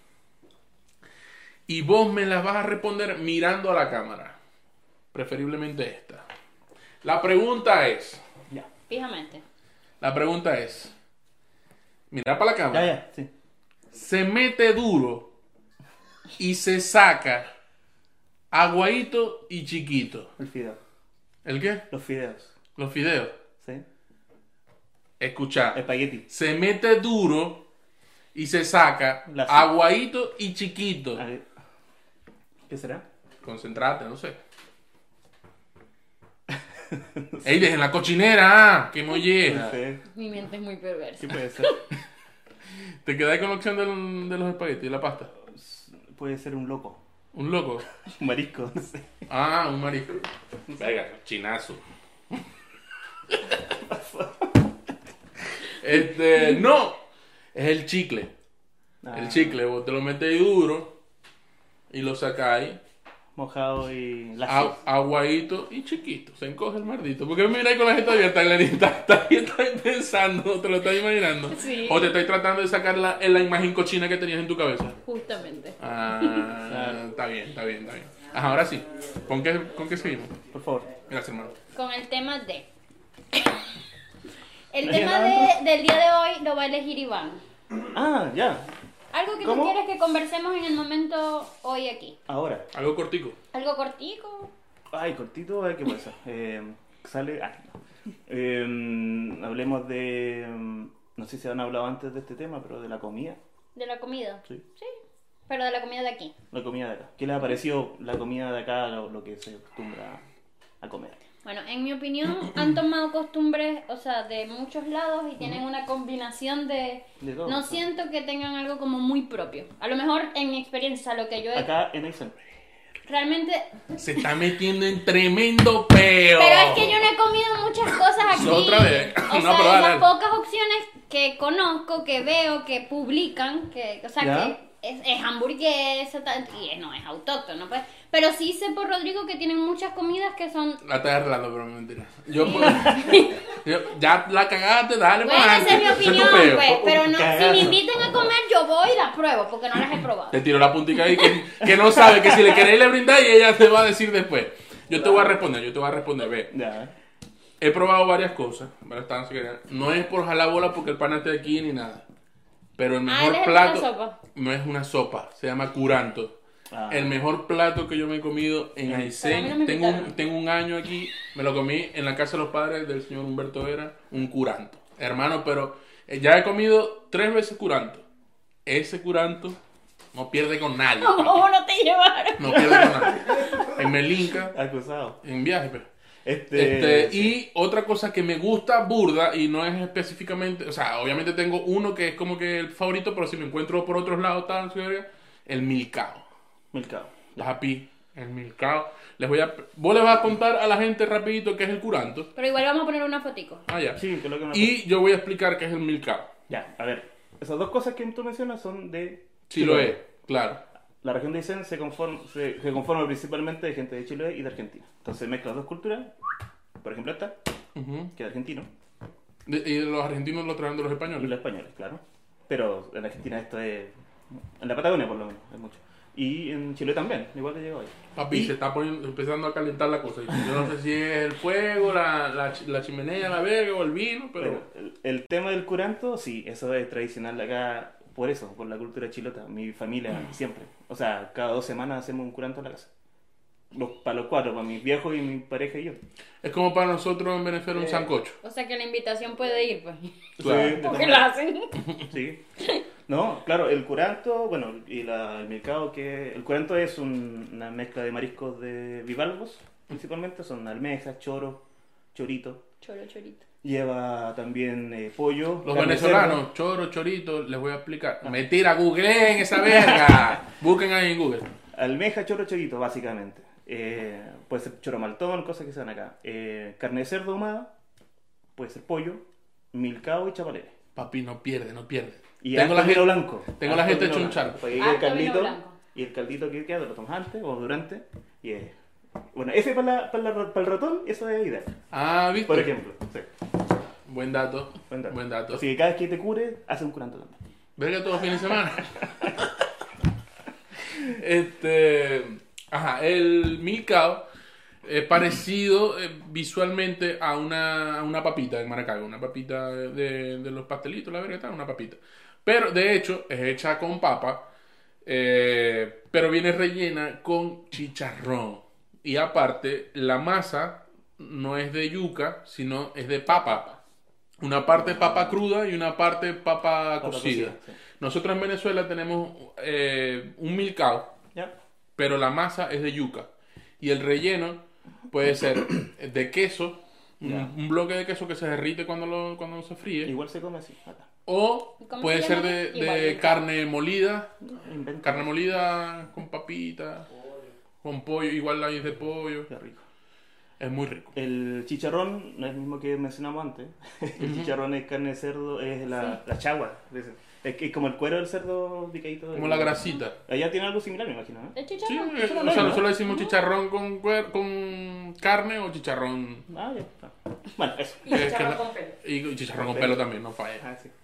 Y vos me las vas a responder mirando a la cámara. Preferiblemente esta. La pregunta es... Ya. Fijamente. La pregunta es... Mira para la Ya, cámara. ya, sí. Se mete duro y se saca aguadito y chiquito. El fideo. ¿El qué? Los fideos. Los fideos. ¿Sí? Escucha. Espagueti. Se mete duro y se saca La- aguadito y chiquito. A ver. ¿Qué será? Concentrate, no sé. Ey, dejen la cochinera, ah, que no No llega. sé. Mi mente es muy perversa. ¿Qué puede ser? ¿Te quedáis con la opción del- de los espaguetis y la pasta? Puede ser un loco. Un loco. Un marisco, no sé. Ah, un marisco. Venga, chinazo. Este, no. Es el chicle. Ah, El chicle, vos te lo metéis duro y lo sacáis. Mojado y a- lacio. aguadito y chiquito. Se encoge el mardito. ¿Por qué me miráis con la jeta abierta, Glenny? ¿Estás estás- estás pensando? ¿Te lo estás imaginando? Sí. ¿O te estás tratando de sacar la, la imagen cochina que tenías en tu cabeza? Justamente. Ah, está bien, está bien, está bien. Ajá, ahora sí. ¿Con qué, con qué seguimos? Por favor. Gracias, hermano. Con el tema de... El ¿No tema hay nada de- del día de hoy lo va a elegir Iván. Ah, ya. Algo que ¿Cómo? tú quieres que conversemos en el momento hoy aquí. Ahora. Algo cortico. Algo cortico. Ay, cortito, ay, ¿qué pasa? Eh, sale. Ah, no. Eh, hablemos de. mm, No sé si han hablado antes de este tema, pero de la comida. De la comida. Sí. Sí. Pero de la comida de aquí. La comida de acá. ¿Qué les ha parecido la comida de acá, lo, lo que se acostumbra a comer? Bueno, en mi opinión han tomado costumbres, o sea, de muchos lados y tienen una combinación de... De todo. No siento que tengan algo como muy propio. A lo mejor en mi experiencia, lo que yo he... Acá en Aysén. Realmente... Se está metiendo en tremendo peo. Pero es que yo no he comido muchas cosas aquí. Otra vez. O No, sea, pero y dale, las dale. pocas opciones que conozco, que veo, que publican, que, o sea, ¿Ya? que es, es hamburguesa, tal, y es- no es autóctono, pues. Pero sí sé por Rodrigo que tienen muchas comidas que son... La estás arreglando, pero mentira. Yo, yo- ya la cagaste, dale Bueno, para esa es mi adelante. opinión, Ese es tu peo. pues. Pero no, si Cagazo. me invitan a comer, yo voy y las pruebo, porque no las he probado. Te tiro la puntica ahí que, que no sabe que si le queréis le brindáis y ella te va a decir después. Yo te voy a responder, yo te voy a responder. Ve, Ya. he probado varias cosas, varias tantas que- no es por jalar bola porque el pana esté aquí ni nada. Pero el Ah, mejor él es plato una sopa. no es una sopa, se llama curanto. Ah. El mejor plato que yo me he comido en Pero a mí Aysén, no me tengo, un, invitaron. tengo un año aquí, me lo comí en la casa de los padres del señor Humberto Vera, un curanto. Hermano, pero eh, ya he comido tres veces curanto. Ese curanto no pierde con nadie. papi. ¿Cómo no te llevaron? No pierde con nadie. En Melinca, Acusado. en viaje, pues. Este. Este, y otra cosa que me gusta burda y no es específicamente, o sea, obviamente tengo uno que es como que el favorito, pero si lo encuentro por otros lados, tal, el milcao. Milcao. Papi, el milcao. Les voy a, vos le vas a contar a la gente rapidito qué es el curanto. Pero igual vamos a poner una fotico. Ah, ya. Sí, que es lo que me Y yo voy a explicar qué es el milcao. Ya, a ver. Esas dos cosas que tú mencionas son de. Sí lo es, claro. La región de Aysén se conforma, se, se conforma principalmente de gente de Chile y de Argentina. Entonces mezcla dos culturas. Por ejemplo, esta, Ujú. que es argentino, De- y los argentinos lo traen de los y españoles. los españoles, claro. Pero en Argentina esto es. En la Patagonia, por lo menos, es mucho. Y en Chile también, igual que llegó ahí. Papi, Y- se está poniendo, empezando a calentar la cosa. Yo no sé si es el fuego, la, la, chi- la chimenea, la verga o el vino, pero... Bueno, el, el tema del curanto, sí, eso es tradicional acá, por eso, por la cultura chilota. Mi familia siempre. O sea, cada dos semanas hacemos un curanto en la casa. Los, para los cuatro, para mis viejos y mi pareja y yo. Es como para nosotros en Venezuela un Eh, sancocho. O sea que la invitación puede ir, pues. Claro. Sí, Porque la hacen. sí. No, claro, el curanto, bueno, y la, el milcao, que el curanto es un- una mezcla de mariscos de bivalvos, principalmente, son almejas, choro, chorito. Choro, chorito. Lleva también eh, pollo. Los carne de venezolanos, choro, chorito, les voy a explicar. Mentira, googleen esa verga. Busquen ahí en Google. cerdo, almeja, choro, chorito, básicamente. Eh, puede ser choro maltón, cosas que se dan acá. Eh, carne de cerdo ahumada, puede ser pollo, milcao y chapalele. Papi, no pierde, no pierde. Y tengo harto la vino gente, blanco. tengo la Harto gente vino hecho un blanco, charco. para que quede el Harto vino caldito. blanco. Y el caldito que queda, lo tomas antes o durante. Y es... Bueno, ese para, la- para, la- para el ratón, eso es ideal. Ah, ¿viste? Por ejemplo. Sí. Buen dato. Buen dato. Buen dato. Así que cada vez que te cure, hace un curanto también. Verga todos los fines de semana. este. Ajá, el milcao es parecido eh, visualmente a una, a una papita en Maracaibo. Una papita de, de los pastelitos, la verga, tal, una papita. Pero de hecho es hecha con papa, eh, pero viene rellena con chicharrón. Y aparte, la masa no es de yuca, sino es de papa. Una parte papa cruda y una parte papa, Papa cocida. cocida, sí. Nosotros en Venezuela tenemos eh, un milcao, ¿Ya? pero la masa es de yuca. Y el relleno puede ser de queso, un, Ya. un bloque de queso que se derrite cuando, lo, cuando se fríe. Igual se come así. Acá. O ¿Cómo puede se ser llama? de, de Igual. carne molida. Inventa. Carne molida con papita, con pollo, igual la es de pollo. Qué rico. Es muy rico. El chicharrón no es el mismo que mencionamos antes. El chicharrón es carne de cerdo, es la, la chagua. Es, que es como el cuero del cerdo picadito. Como la grasita. Allá tiene algo similar, me imagino, ¿no? El Sí, chicharrón. es- eso no o lo sea, hay, ¿no? nosotros decimos chicharrón con, cuer- con carne o chicharrón. Ah, ya. Ah. Bueno, eso. Y Es que chicharrón no- con pelo. Y chicharrón con pelo también, no falla. Ah, sí.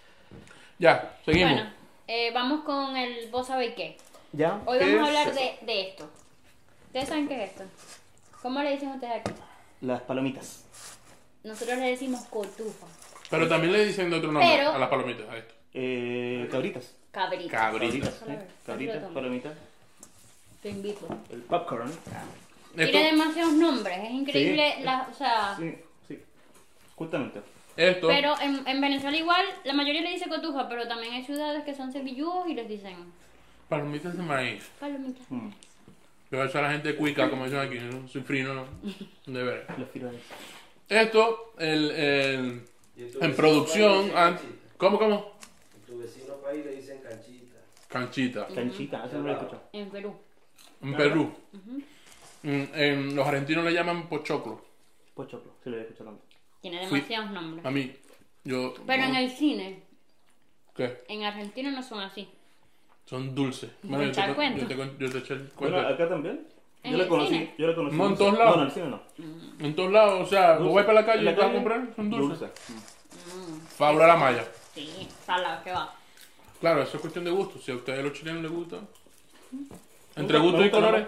Ya, seguimos. Bueno, eh, vamos con el vos sabéis qué. ¿Ya? Hoy ¿Qué vamos a es hablar eso? de, de esto. ¿Ustedes saben qué es esto? ¿Cómo le dicen ustedes aquí? Las palomitas. Nosotros le decimos cotufa. Pero también le dicen de otro nombre Pero- a las palomitas, a esto. Eh, cabritas. Cabrita. Cabritas. Sí, cabritas, palomitas. Te invito. El popcorn. Esto, Tiene demasiados nombres, es increíble, Sí. la- o sea, Sí, sí. Justamente. esto pero en, en Venezuela igual, la mayoría le dice cotufa, pero también hay ciudades que son cebilludos y les dicen palomitas de maíz. palomitas. Mm. Pero eso a la gente cuica, como dicen aquí, ¿no? Soy frino, ¿no? De ver. Los firones. Esto, el, el- Y en en tu vecino producción, país le dicen an- canchita. ¿cómo, cómo? En tu vecino país le dicen canchita. Canchita. Canchita, eso no lo he escuchado. En Perú. En Perú. Mm, en- los argentinos le llaman pochoclo. Pochoclo, sí lo he escuchado también. Tiene Fui- demasiados nombres. A mí, yo... Pero en el cine, ¿Qué? en Argentina no son así. Son dulces. ¿Me Bueno, yo echar te, cuento? yo, te, con- yo te eché el Bueno, cuento. acá también. ¿En Yo la el conocí, cine? yo la conocí. No, en dulce. todos lados. No, en el cine no. En todos lados, o sea, vos Dulce. vais para la calle En la y te vas a calle, comprar, son dulces. Dulce. Mm, Fábula la malla. sí, salada, que va. Claro, eso es cuestión de gusto. Si a ustedes los chilenos les gusta. Entre Me gustos y gusta, colores.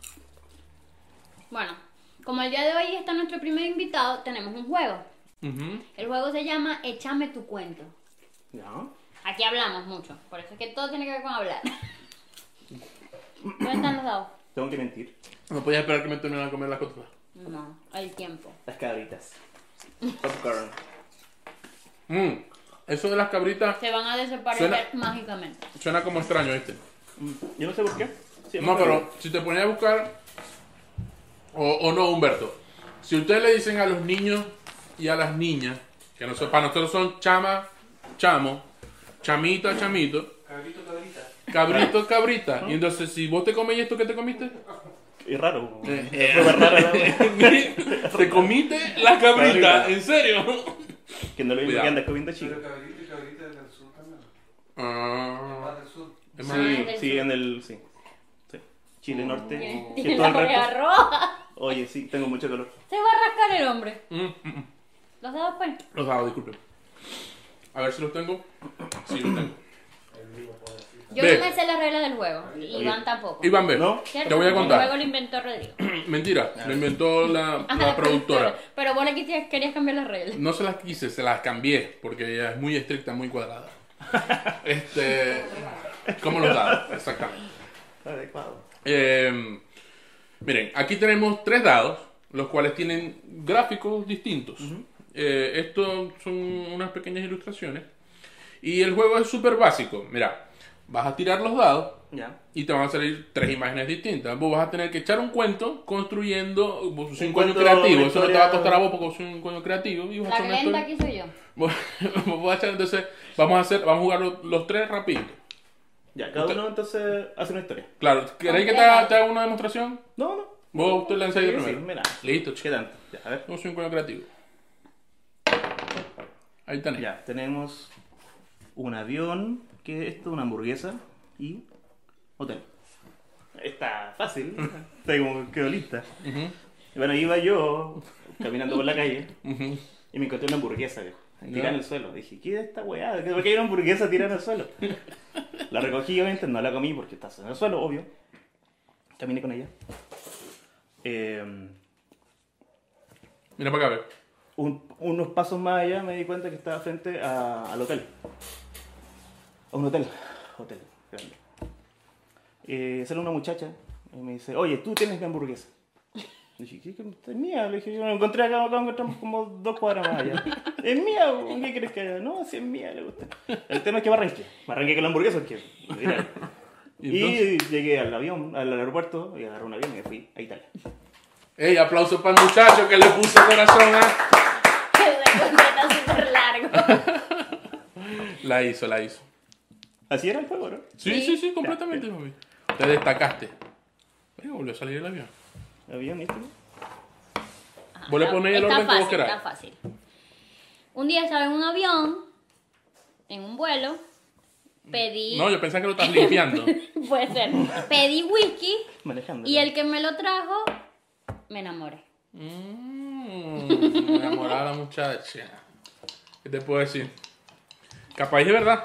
Bueno, como el día de hoy está nuestro primer invitado, tenemos un juego. Ujú. El juego se llama Échame tu cuento. Ya. Aquí hablamos mucho, por eso es que todo tiene que ver con hablar. ¿Dónde están los dados? Tengo que mentir. No podías esperar que me terminara a comer las cosas. No, el tiempo. Las cabritas. Popcorn. Mm, eso de las cabritas Se van a desaparecer Suena- mágicamente. suena como extraño, ¿viste? Mm, Yo no sé por qué. Sí, No, me pero si te ponías a buscar, o, o no, Humberto, si ustedes le dicen a los niños y a las niñas, que no son- para nosotros son chama, chamo, chamita, chamito, Cabrito, cabrita. cabrito, cabrita, y entonces si vos te comés esto que te comiste, Es raro. Eh, Fue más rara la wea. te comiste la cabrita, Cabrita. ¿en serio? Que no lo mismo Cuidado. que andas comiendo chico. Pero cabrito y cabrita es del sur también. Ah, Más del sur. es más- Ah, Sí, del sí, sur. en el. Sí. Sí. Chile Norte. Tiene, Que tiene todo la el oreja resto. roja. Oye, sí, tengo mucho calor. Se va a rascar el hombre. Mm, mm, mm. ¿Los dados pues? Los dados, disculpen. A ver si los tengo. Sí, los tengo. Yo Ve. no me sé las reglas del juego. Y Iván tampoco. Iván, ve, ¿No? ¿Cierto? te voy a El contar. juego lo inventó Rodrigo. Mentira, lo inventó la, Ajá, la productora. Pero, pero vos le quisiste- querías cambiar las reglas. No se las quise, se las cambié, porque ella es muy estricta, muy cuadrada. Este. ¿Cómo los dados? Exactamente. Adecuado. Eh, miren, aquí tenemos tres dados, los cuales tienen gráficos distintos. Eh, estos son unas pequeñas ilustraciones. Y el juego es súper básico. Mira, vas a tirar los dados Ya. y te van a salir tres imágenes distintas. Vos vas a tener que echar un cuento construyendo vos sos un Un coño cuento, creativo. una Eso no te historia- va a costar a vos porque vos sos un coño creativo. Y vas a La hacer una clienta historia. aquí soy yo. Vos- vos vas a echar, entonces, vamos a hacer, vamos a jugar los, los tres rapidito. Ya, cada Usted- uno entonces hace una historia. Claro, ¿queréis que te Completa. haga, te haga una demostración? No, no. Vos usted la enseña Sí, primero. sí, mira. Listo, ¿Qué chico. tanto? Ya, a ver. Yo soy un coño creativo. Ahí tenés. Ya, tenemos un avión, que esto es una hamburguesa y hotel. Está fácil, está como quedó lista. Ujú, Y bueno, iba yo caminando por la calle ujú. y me encontré una hamburguesa, viejo, Ya. tirada en el suelo. Dije, ¿qué es esta weá? ¿Por qué hay una hamburguesa tirada en el suelo? La recogí, obviamente, no la comí porque está en el suelo, obvio. Caminé con ella. Eh, Mira para acá, ve. un- unos pasos más allá me di cuenta que estaba frente a- al hotel. A un hotel. Hotel, grande. Eh, sale una muchacha y me dice, oye, tú tienes mi hamburguesa. Le dije, ¿qué? ¿Qué es mía? Le dije, yo la encontré acá, acá encontramos como dos cuadras más allá. ¿Es mía? ¿O ¿Qué crees que haya? No, si es mía, le gusta. El tema es que me arranqué. Me arranqué con la hamburguesa porque... mira. ¿Y Y llegué al avión, al aeropuerto, y agarré un avión y me fui a Italia. Ey, aplauso para el muchacho que le puso corazón a... Que de cuenta está súper largo. La hizo, la hizo. Así era el juego, ¿no? Sí, Sí. sí, sí, completamente, mami. Te destacaste. Oye, volvió a salir el avión. Avión, ¿viste? Ajá, Vos le está- ponéis el está orden que vos fácil, queráis. Está fácil. Un día estaba en un avión, en un vuelo, pedí... No, yo pensaba que lo estás limpiando. Puede ser. Pedí whisky Manejando. y el que me lo trajo, me enamoré. Mmm, me enamoraba la muchacha. ¿Qué te puedo decir? Capaz de verdad.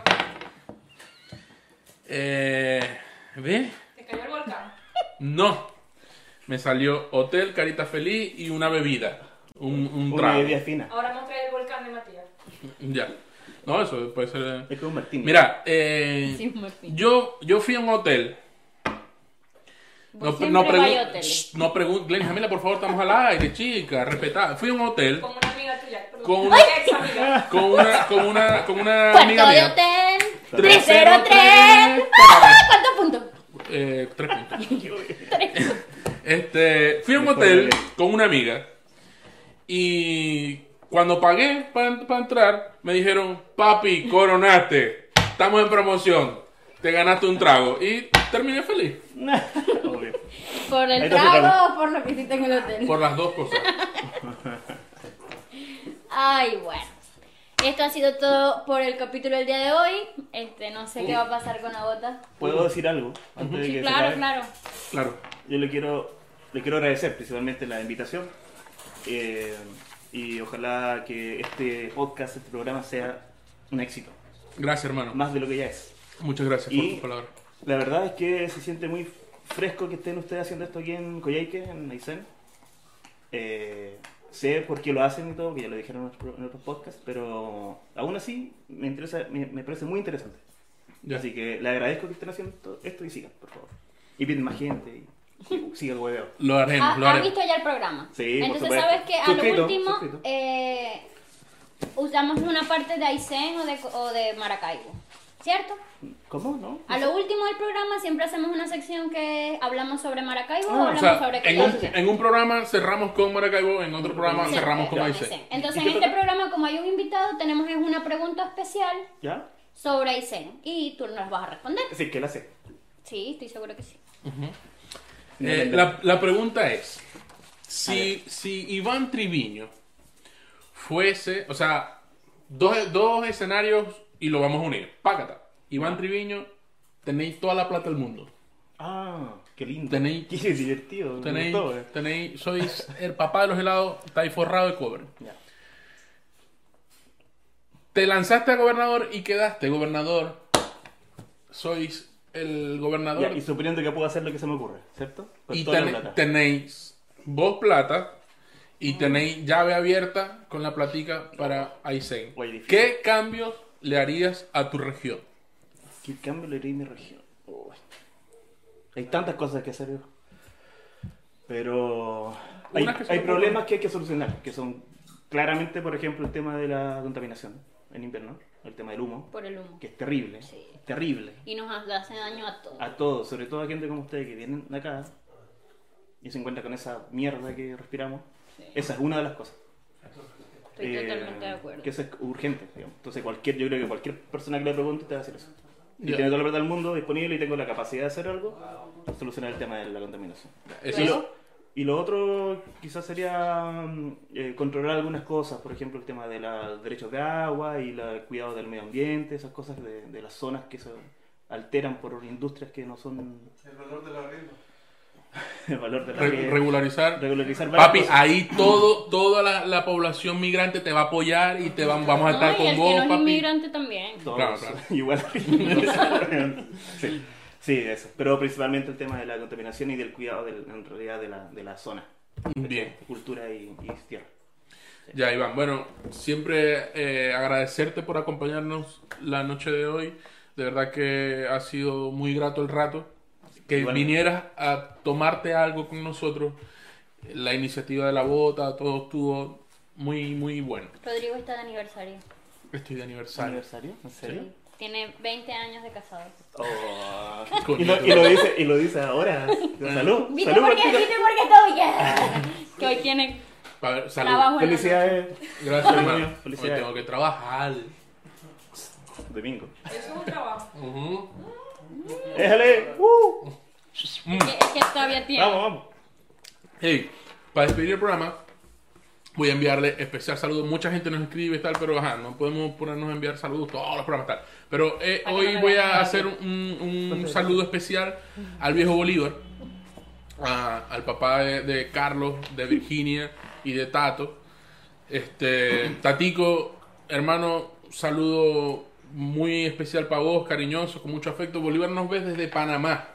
Eh, ¿Ves? ¿Te cayó el volcán? No. Me salió hotel, carita feliz y una bebida. Un, un Una trago. bebida fina. Ahora vamos a traer el volcán de Matías. Ya. No, eso puede ser. Es como un martini. Mira, eh, Sí, un martini. yo, yo fui a un hotel. Vos No, no siempre vais a pregun- hoteles. Shh, no pregun- Glenn, Jamila, por favor, estamos al aire, chica, respetad. Fui a un hotel Con una amiga tuya. perdón. Con una- Ex amiga. con una, con una, con una Puerto amiga de mía. hotel, tres tres cero cero tres. tres. ¡Ah! ¿Cuántos puntos? Eh, tres puntos. Este, fui a un hotel con una amiga y cuando pagué para entrar me dijeron, papi, coronaste, estamos en promoción, te ganaste un trago y terminé feliz Obvio. ¿Por Ahí el te sacamos. trago o por lo que hiciste en el hotel? por las dos cosas. Ay, bueno. Esto ha sido todo por el capítulo del día de hoy. Este, no sé qué va a pasar con la bota. ¿Puedo decir algo? Antes de Sí, que se claro, acabe? claro. Claro. Yo le quiero, le quiero agradecer principalmente la invitación. eh, y ojalá que este podcast, este programa sea un éxito. Gracias, hermano. Más de lo que ya es. Muchas gracias por Y- tus palabras. La verdad es que se siente muy fresco que estén ustedes haciendo esto aquí en Coyhaique, en Aysén. Eh, sé por qué lo hacen y todo, que ya lo dijeron en otros, en otros podcasts, pero aún así me, interesa, me, me parece muy interesante. Ya. Así que le agradezco que estén haciendo esto, esto y sigan, por favor. Y piden más gente y sigan el hueveo. Lo haremos, ¿Ha- lo ¿Has haremos. visto ya el programa? Sí, por Entonces, supuesto. ¿sabes que a Suscrito, lo último suscrito. eh, usamos una parte de Aysén o de, o de Maracaibo? ¿Cierto? ¿Cómo? ¿No? A lo último del programa siempre hacemos una sección que hablamos sobre Maracaibo o Ah, O hablamos sea, sobre en un, Coyhaique. en un programa cerramos con Maracaibo, en otro programa Sí, cerramos con sí, Aysén. sí. Entonces, ¿Y en qué este toca? programa, como hay un invitado, tenemos es una pregunta especial ¿Ya? sobre Aysén. Y tú nos vas a responder. Sí, que la sé. Sí, estoy seguro que sí. Eh, la, la pregunta es, A si, si Iván Triviño fuese, o sea, dos, dos escenarios y lo vamos a unir. Pácata. Iván Triviño, tenéis toda la plata del mundo. Ah, qué lindo. Tenéis- Qué divertido. me Tenéis, gustó, eh. tenéis, sois el papá de los helados, estáis forrado de cobre. Ya. Te lanzaste a gobernador y quedaste gobernador. Sois el gobernador. Ya, y suponiendo que puedo hacer lo que se me ocurre, ¿cierto? Con y toda la ten- plata. tenéis vos plata y tenéis llave abierta con la platica para Aysén. Guay, difícil. ¿Qué cambios le harías a tu región? ¿Qué cambio le haría a mi región? Uy. Hay tantas cosas que hacer, viejo. Pero hay, Unas que se hay me problemas ocurren. que hay que solucionar, que son claramente, por ejemplo, el tema de la contaminación en invierno. el tema del humo, Por el humo. que es terrible, Sí. terrible. Y nos hace daño a todos. A todos, sobre todo a gente como ustedes que vienen de acá y se encuentran con esa mierda que respiramos. Sí. Esa es una de las cosas. Estoy Eh, totalmente de acuerdo. Que eso es urgente, digamos. Entonces cualquier, yo creo que cualquier persona que le pregunte te va a decir eso. Y Ya. tiene toda la plata del mundo disponible y tengo la capacidad de hacer algo, solucionar el tema de la contaminación. Eso Y es- lo, y lo otro quizás sería mm, eh, controlar algunas cosas, por ejemplo el tema de los derechos de agua y la- el cuidado del medio ambiente, esas cosas de, de las zonas que se alteran por industrias que no son El valor del arriendo. el valor de la re- que- regularizar. regularizar varias Papi, cosas. ahí todo, toda la, la población migrante te va a apoyar y te van, vamos a No, estar y con el vos, que no es papi. inmigrante también. Todos, Claro, claro. igual. sí, sí, eso. Pero principalmente el tema de la contaminación y del cuidado del- en realidad de la, de la zona. Bien. De cultura y, y tierra. Ya, Iván. Bueno, siempre eh, agradecerte por acompañarnos la noche de hoy. De verdad que ha sido muy grato el rato. Que Igual. vinieras a tomarte algo con nosotros. La iniciativa de la bota, todo estuvo muy, muy bueno. Rodrigo está de aniversario. Estoy de aniversario. ¿Aniversario? ¿En serio? Tiene veinte años de casado. Oh. Coño, Y, lo, y lo dice, y lo dice ahora. Salud. ¿Viste Salud, por qué? Martita. ¿Viste por qué estoy ya? Que hoy tiene A ver, salud. trabajo en la noche. Felicidades. Gracias, Feliz hermano. año, Hoy felicidades. tengo que trabajar. Domingo. Eso es un trabajo. Ujú. ¡Déjale! ¡Uh! Mm. Que- Es que todavía tiene. Vamos, vamos. Hey, para despedir el programa, voy a enviarle especial saludos. Mucha gente nos escribe y tal, pero ajá, no podemos ponernos a enviar saludos todos los programas tal. Pero eh, Para que hoy no le voy vean a la hacer un, un saludo especial al viejo Bolívar, a- al papá de, de Carlos, de Virginia y de Tato. Este, Tatico, hermano, saludo muy especial para vos, cariñoso, con mucho afecto. Bolívar nos ve desde Panamá.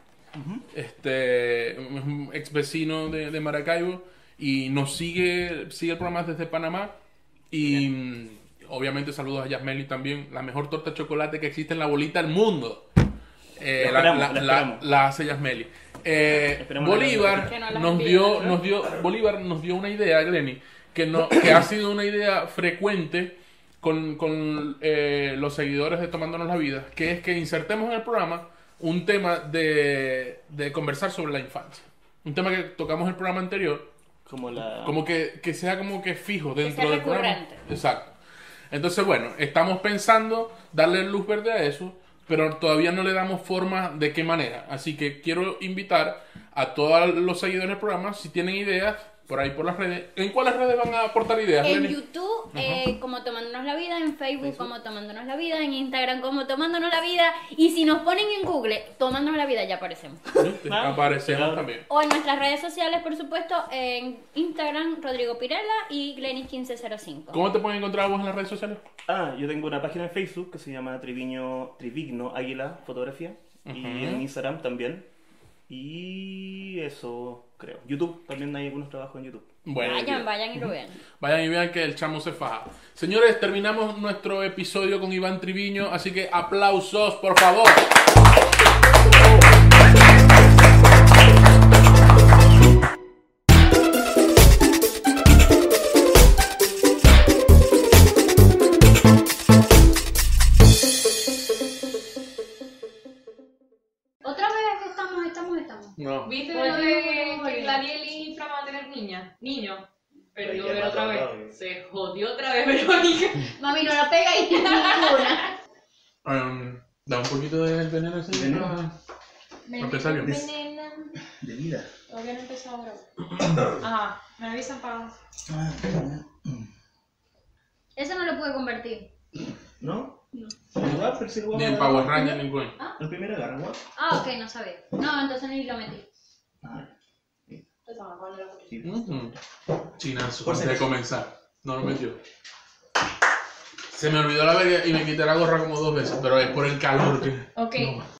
Este, es un ex vecino de, de Maracaibo y nos sigue, sigue el programa desde Panamá. Y mm, obviamente saludos a Yasmeli también, la mejor torta de chocolate que existe en la bolita del mundo. Eh, La la, esperamos, la- la la- esperamos. la hace Yasmeli. Eh, Esperamos la Bolívar Que no la nos envíen, dio, ¿no? nos dio, Bolívar nos dio una idea, Glenny, que, no, que ha sido una idea frecuente con, con eh, los seguidores de Tomándonos la Vida, que es que insertemos en el programa un tema de, de conversar sobre la infancia. Un tema que tocamos en el programa anterior, Como la. como que, que sea como que fijo dentro sea del programa. recurrente. Exacto. Entonces, bueno, estamos pensando darle luz verde a eso, pero todavía no le damos forma de qué manera. Así que quiero invitar a todos los seguidores del programa, si tienen ideas, por ahí por las redes. ¿En cuáles redes van a aportar ideas, En Lenny? YouTube, eh, como Tomándonos la Vida, en Facebook, como Tomándonos la Vida, en Instagram, como Tomándonos la Vida, y si nos ponen en Google, Tomándonos la Vida, ya aparecemos. ¿Viste? Ah, Aparecemos claro. también. O en nuestras redes sociales, por supuesto, en Instagram, Rodrigo Pirela y Glenis quince cero cinco. ¿Cómo te pueden encontrar vos en las redes sociales? Ah, yo tengo una página en Facebook que se llama Triviño, Trivigno Águila Fotografía. Y en Instagram también. Y eso creo. YouTube, también hay algunos trabajos en YouTube. Bueno, Vayan, vayan y lo vean. vayan y vean que el chamo se faja. Señores, terminamos nuestro episodio con Iván Triviño, así que aplausos, por favor. Otra vez estamos, estamos, estamos. No. ¿Viste Bueno, lo de bueno. que Gladiel y Infra van a tener niña? Niño. Perdió Ay, ya ver otra mató, vez. ¿no? Se jodió otra vez Verónica. Mami, no la pega ahí ninguna. Um, da un poquito de veneno ese. Veneno. ¿No te salió? Venena. De vida. Todavía no empezó ahora. Ajá, me avisan para... Eso no lo pude convertir. ¿No? No. Igual, pero si igual- Ni en Power Ranger, ni en Gwen. El primer agarra, igual. Ah, ok, no sabía. No, entonces ni lo metí. Ah, Empezamos, ¿cuál era la foto? sí. Ujú. Chinazo, Por antes si de acaso. comenzar. No lo metió. Se me olvidó la verga y me quité la gorra como dos veces, pero es por el calor que... Ok. No.